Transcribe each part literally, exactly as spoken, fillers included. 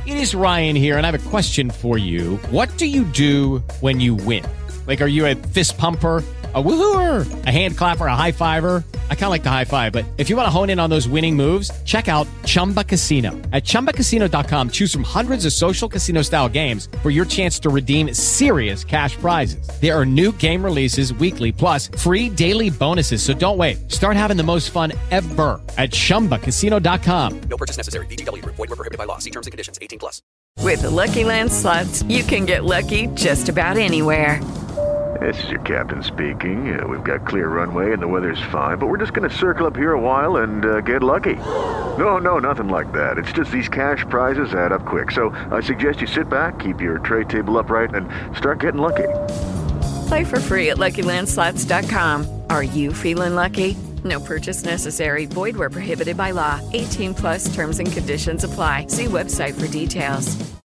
It is Ryan here, and I have a question for you. What do you do when you win? Like, are you a fist pumper, a woohooer, a hand clapper, a high fiver? I kind of like the high five, but if you want to hone in on those winning moves, check out Chumba Casino. At chumba casino dot com, choose from hundreds of social casino style games for your chance to redeem serious cash prizes. There are new game releases weekly, plus free daily bonuses. So don't wait. Start having the most fun ever at chumba casino dot com. No purchase necessary. V G W Group. Void where prohibited by law. See terms and conditions. eighteen plus. With the Lucky Land Slots, you can get lucky just about anywhere. This is your captain speaking. Uh, we've got clear runway and the weather's fine, but we're just going to circle up here a while and uh, get lucky. No, no, nothing like that. It's just these cash prizes add up quick. So I suggest you sit back, keep your tray table upright, and start getting lucky. Play for free at lucky land slots dot com. Are you feeling lucky? No purchase necessary. Void where prohibited by law. eighteen plus terms and conditions apply. See website for details.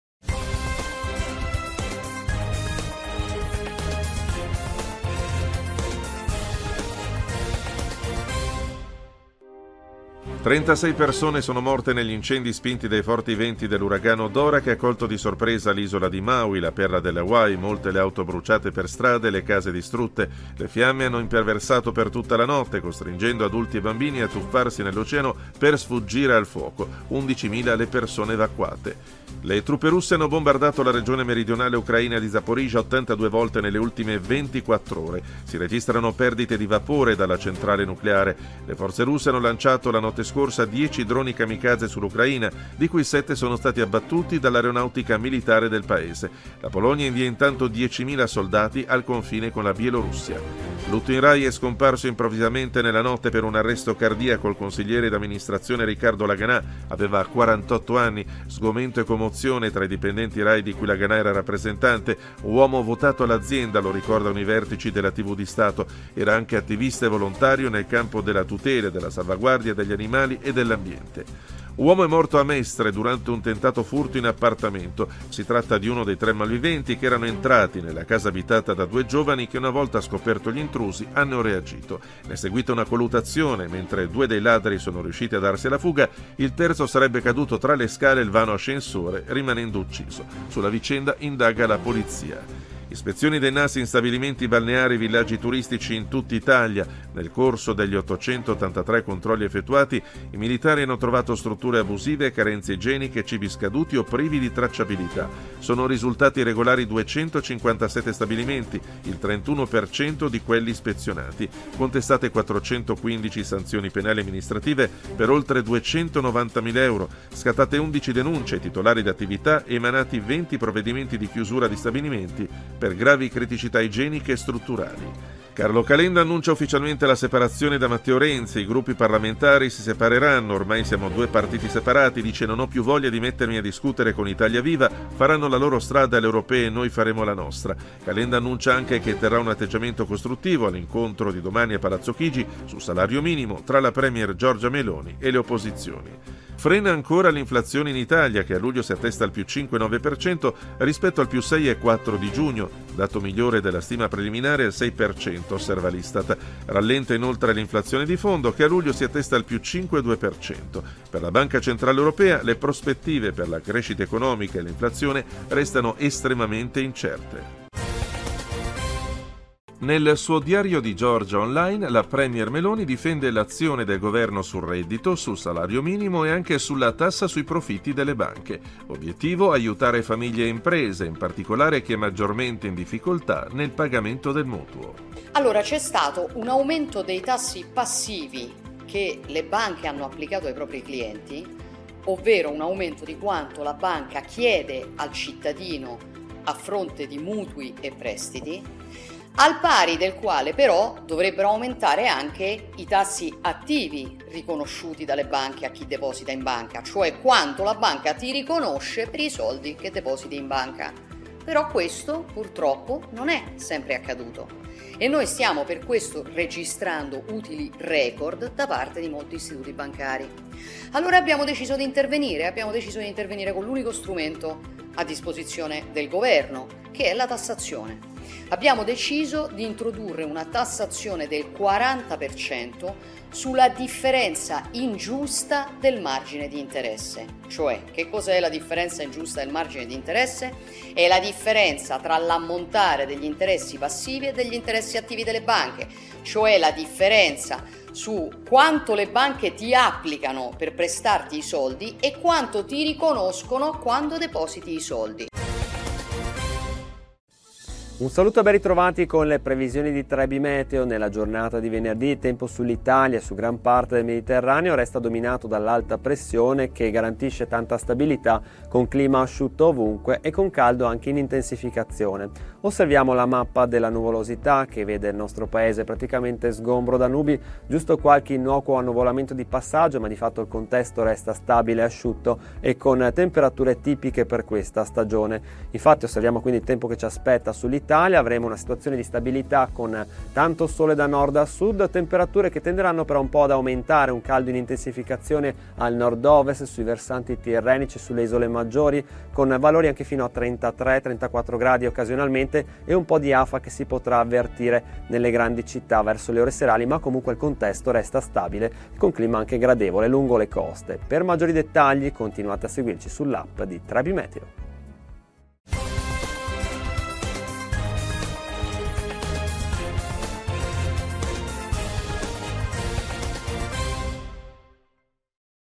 trentasei persone sono morte negli incendi spinti dai forti venti dell'uragano Dora, che ha colto di sorpresa l'isola di Maui, la perla delle Hawaii, molte le auto bruciate per strade, le case distrutte. Le fiamme hanno imperversato per tutta la notte, costringendo adulti e bambini a tuffarsi nell'oceano per sfuggire al fuoco. undicimila le persone evacuate. Le truppe russe hanno bombardato la regione meridionale ucraina di Zaporizhzhia ottantadue volte nelle ultime ventiquattro ore. Si registrano perdite di vapore dalla centrale nucleare. Le forze russe hanno lanciato la notte scorsa dieci droni kamikaze sull'Ucraina, di cui sette sono stati abbattuti dall'aeronautica militare del paese. La Polonia invia intanto diecimila soldati al confine con la Bielorussia. Lutto in Rai: è scomparso improvvisamente nella notte per un arresto cardiaco il consigliere d'amministrazione Riccardo Laganà. Aveva quarantotto anni. Sgomento e commozione tra i dipendenti Rai di cui Laganà era rappresentante. Uomo votato all'azienda, lo ricordano i vertici della tivù di Stato. Era anche attivista e volontario nel campo della tutela, della salvaguardia degli animali e dell'ambiente. Uomo è morto a Mestre durante un tentato furto in appartamento. Si tratta di uno dei tre malviventi che erano entrati nella casa abitata da due giovani che, una volta scoperto gli intrusi, hanno reagito. Ne è seguita una colluttazione. Mentre due dei ladri sono riusciti a darsi alla fuga, il terzo sarebbe caduto tra le scale e il vano ascensore, rimanendo ucciso. Sulla vicenda indaga la polizia. Ispezioni dei N A S in stabilimenti balneari e villaggi turistici in tutta Italia. Nel corso degli ottocentottantatré controlli effettuati, i militari hanno trovato strutture abusive, carenze igieniche, cibi scaduti o privi di tracciabilità. Sono risultati irregolari duecentocinquantasette stabilimenti, il trentuno per cento di quelli ispezionati. Contestate quattrocentoquindici sanzioni penali amministrative per oltre duecentonovantamila euro. Scattate undici denunce ai titolari d'attività e emanati venti provvedimenti di chiusura di stabilimenti per gravi criticità igieniche e strutturali. Carlo Calenda annuncia ufficialmente la separazione da Matteo Renzi. I gruppi parlamentari si separeranno, ormai siamo due partiti separati, dice: non ho più voglia di mettermi a discutere con Italia Viva, faranno la loro strada alle europee e noi faremo la nostra. Calenda annuncia anche che terrà un atteggiamento costruttivo all'incontro di domani a Palazzo Chigi sul salario minimo tra la premier Giorgia Meloni e le opposizioni. Frena ancora l'inflazione in Italia, che a luglio si attesta al più cinque virgola nove per cento rispetto al più sei virgola quattro per cento di giugno, dato migliore della stima preliminare al sei per cento, osserva l'Istat. Rallenta inoltre l'inflazione di fondo, che a luglio si attesta al più cinque virgola due per cento. Per la Banca Centrale Europea le prospettive per la crescita economica e l'inflazione restano estremamente incerte. Nel suo diario di Giorgia online, la premier Meloni difende l'azione del governo sul reddito, sul salario minimo e anche sulla tassa sui profitti delle banche. Obiettivo: aiutare famiglie e imprese, in particolare chi è maggiormente in difficoltà nel pagamento del mutuo. Allora, c'è stato un aumento dei tassi passivi che le banche hanno applicato ai propri clienti, ovvero un aumento di quanto la banca chiede al cittadino a fronte di mutui e prestiti, al pari del quale però dovrebbero aumentare anche i tassi attivi riconosciuti dalle banche a chi deposita in banca, cioè quanto la banca ti riconosce per i soldi che depositi in banca. Però questo purtroppo non è sempre accaduto e noi stiamo per questo registrando utili record da parte di molti istituti bancari. Allora abbiamo deciso di intervenire, abbiamo deciso di intervenire con l'unico strumento a disposizione del governo, che è la tassazione. abbiamo deciso di introdurre una tassazione del quaranta per cento sulla differenza ingiusta del margine di interesse. Cioè, che cos'è la differenza ingiusta del margine di interesse? È la differenza tra l'ammontare degli interessi passivi e degli interessi attivi delle banche, cioè la differenza su quanto le banche ti applicano per prestarti i soldi e quanto ti riconoscono quando depositi i soldi. Un saluto e ben ritrovati con le previsioni di Trebi Meteo. Nella giornata di venerdì il tempo sull'Italia e su gran parte del Mediterraneo resta dominato dall'alta pressione che garantisce tanta stabilità, con clima asciutto ovunque e con caldo anche in intensificazione. Osserviamo la mappa della nuvolosità che vede il nostro paese praticamente sgombro da nubi, giusto qualche innocuo annuvolamento di passaggio, ma di fatto il contesto resta stabile e asciutto e con temperature tipiche per questa stagione. Infatti osserviamo quindi il tempo che ci aspetta sull'Italia. Avremo una situazione di stabilità con tanto sole da nord a sud, temperature che tenderanno però un po' ad aumentare, un caldo in intensificazione al nord-ovest, sui versanti tirrenici, sulle isole maggiori, con valori anche fino a trentatré trentaquattro gradi occasionalmente e un po' di afa che si potrà avvertire nelle grandi città verso le ore serali, ma comunque il contesto resta stabile con clima anche gradevole lungo le coste. Per maggiori dettagli continuate a seguirci sull'app di Trebi Meteo.